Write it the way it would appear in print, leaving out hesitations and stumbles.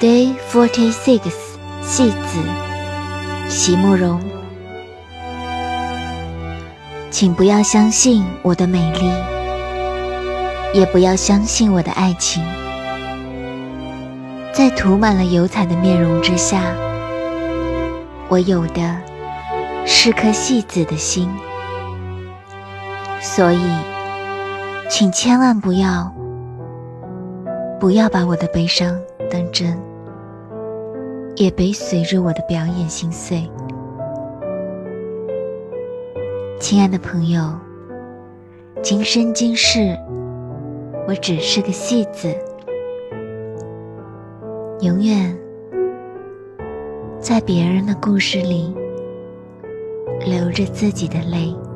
Day 46 戏子席慕容。请不要相信我的美丽，也不要相信我的爱情。在涂满了油彩的面容之下，我有的是颗戏子的心。所以请千万不要把我的悲伤当真，也别随着我的表演心碎。亲爱的朋友，今生今世，我只是个戏子，永远在别人的故事里流着自己的泪。